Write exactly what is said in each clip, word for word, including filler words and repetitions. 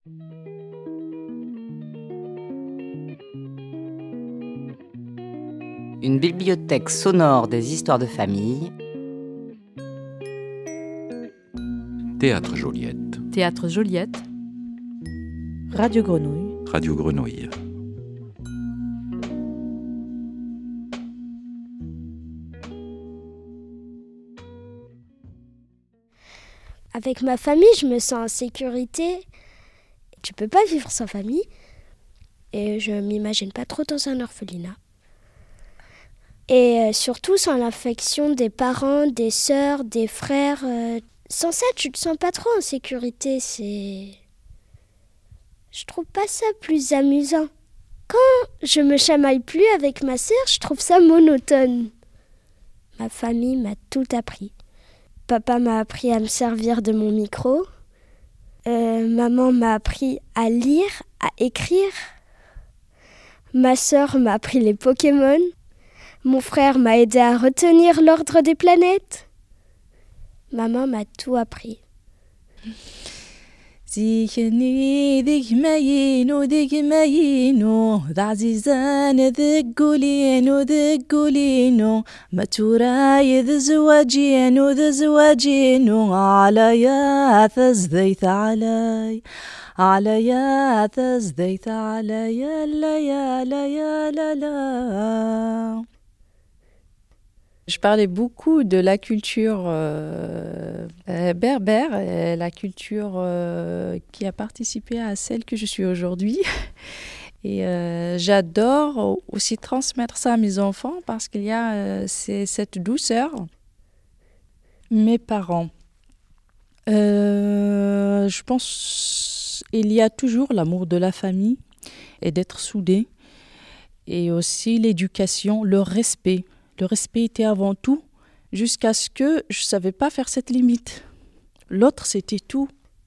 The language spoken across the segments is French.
Une bibliothèque sonore des histoires de famille. Théâtre Joliette. Théâtre Joliette. Radio Grenouille. Radio Grenouille. Avec ma famille, je me sens en sécurité. Tu peux pas vivre sans famille. Et je m'imagine pas trop dans un orphelinat. Et surtout sans l'affection des parents, des sœurs, des frères. Sans ça, tu te sens pas trop en sécurité. C'est... Je trouve pas ça plus amusant. Quand je me chamaille plus avec ma sœur, je trouve ça monotone. Ma famille m'a tout appris. Papa m'a appris à me servir de mon micro. Euh, maman m'a appris à lire, à écrire. Ma sœur m'a appris les Pokémon. Mon frère m'a aidé à retenir l'ordre des planètes. Maman m'a tout appris. زيكني ذيك ماينو ذيك ماينو ذعزيزان ذيك قولينو ذيك قولينو ما توراي ذي زواجينو ذي زواجينو على يا ذيث علي على يا ذيث علي يا لا يا لا يا لا لا. Je parlais beaucoup de la culture euh, euh, berbère, et la culture euh, qui a participé à celle que je suis aujourd'hui. Et euh, j'adore aussi transmettre ça à mes enfants parce qu'il y a euh, c'est, cette douceur. Mes parents, euh, je pense qu'il y a toujours l'amour de la famille et d'être soudés. Et aussi l'éducation, le respect. Le respect était avant tout, jusqu'à ce que je ne savais pas faire cette limite. L'autre, c'était tout.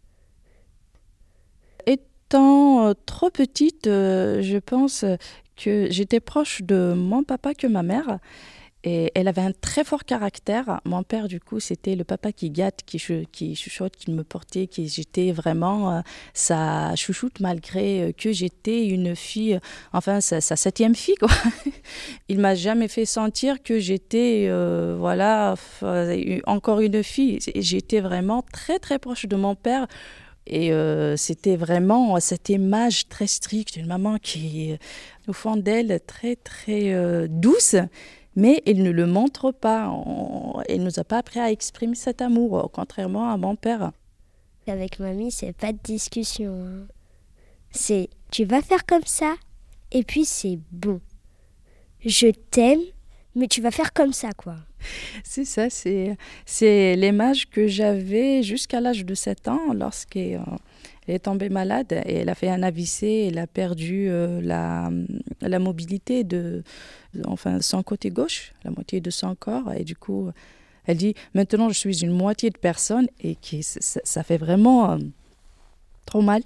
Étant euh, trop petite, euh, je pense que j'étais proche de mon papa que ma mère. Et elle avait un très fort caractère. Mon père, du coup, c'était le papa qui gâte, qui, qui chuchote, qui me portait, qui j'étais vraiment euh, sa chouchoute, malgré que j'étais une fille, enfin, sa, sa septième fille, quoi. Il m'a jamais fait sentir que j'étais, euh, voilà, encore une fille. J'étais vraiment très, très proche de mon père. Et euh, c'était vraiment cette image très stricte, une maman qui, au fond d'elle, très, très euh, douce. Mais elle ne le montre pas. On, elle ne nous a pas appris à exprimer cet amour, contrairement à mon père. Avec mamie, c'est pas de discussion. Hein. C'est tu vas faire comme ça, et puis c'est bon. Je t'aime, mais tu vas faire comme ça, quoi. C'est ça, c'est, c'est l'image que j'avais jusqu'à l'âge de sept ans, lorsqu'elle euh, est tombée malade et elle a fait un A V C, elle a perdu euh, la, la mobilité de, enfin, son côté gauche, la moitié de son corps. Et du coup, elle dit, maintenant je suis une moitié de personne et qui, ça, ça fait vraiment euh, trop mal.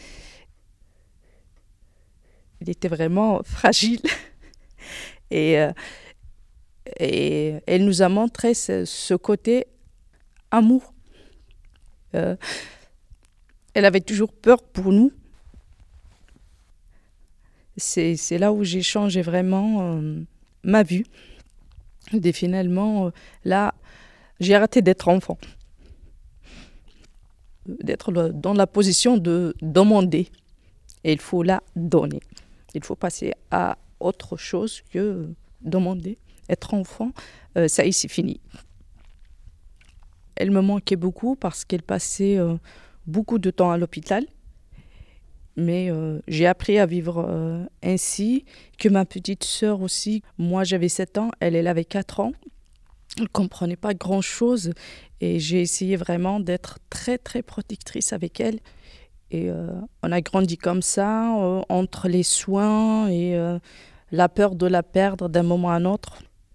Elle était vraiment fragile. Et... Euh, Et elle nous a montré ce, ce côté amour. Euh, elle avait toujours peur pour nous. C'est, c'est là où j'ai changé vraiment euh, ma vue. Et finalement, euh, là, j'ai arrêté d'être enfant. D'être dans la position de demander. Et il faut la donner. Il faut passer à autre chose que demander. Être enfant, euh, ça y est, c'est fini. Elle me manquait beaucoup parce qu'elle passait euh, beaucoup de temps à l'hôpital. Mais euh, j'ai appris à vivre euh, ainsi, que ma petite sœur aussi. Moi, j'avais sept ans, elle, elle avait quatre ans. Elle ne comprenait pas grand-chose. Et j'ai essayé vraiment d'être très, très protectrice avec elle. Et euh, on a grandi comme ça, euh, entre les soins et euh, la peur de la perdre d'un moment à un autre.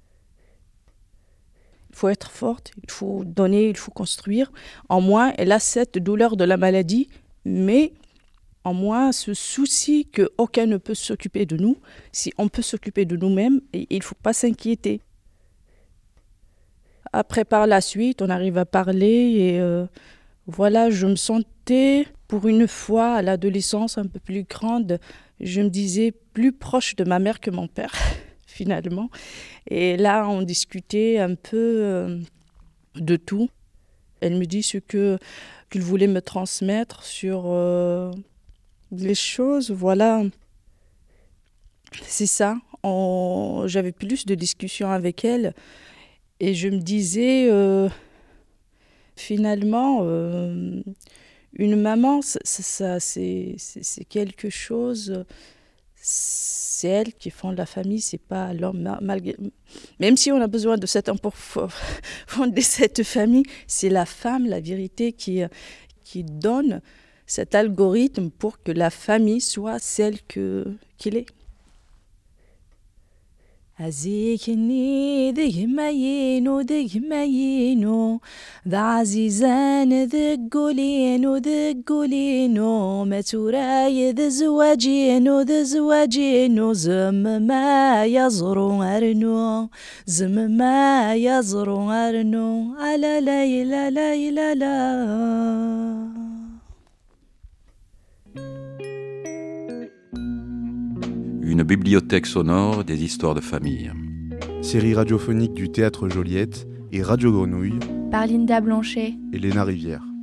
Il faut être forte, il faut donner, il faut construire. En moi, elle a cette douleur de la maladie, mais en moi, ce souci qu'aucun ne peut s'occuper de nous. Si on peut s'occuper de nous-mêmes, il ne faut pas s'inquiéter. Après, par la suite, on arrive à parler et euh, Voilà, je me sentais, pour une fois, à l'adolescence un peu plus grande, je me disais plus proche de ma mère que mon père, finalement. Et là, on discutait un peu euh, de tout. Elle me dit ce que, qu'il voulait me transmettre sur euh, les choses, voilà. C'est ça. On, j'avais plus de discussions avec elle. Et je me disais... Euh, Finalement, euh, une maman, ça, ça, c'est, c'est, c'est quelque chose, c'est elle qui fonde la famille, c'est pas l'homme. Malgré, même si on a besoin de cet homme pour fonder cette famille, c'est la femme, la vérité, qui, qui donne cet algorithme pour que la famille soit celle que, qu'il est. عزيكني ذي ماينو ذي ماينو ذا عزيزان ذي قولينو ذي قولينو ما تراي ذي زواجينو ذي زواجينو زم ما يزرو أرنو زم ما يزرو أرنو على ليلى ليلى لا. Une bibliothèque sonore des histoires de famille. Série radiophonique du Théâtre Joliette et Radio Grenouille par Linda Blanchet et Léna Rivière.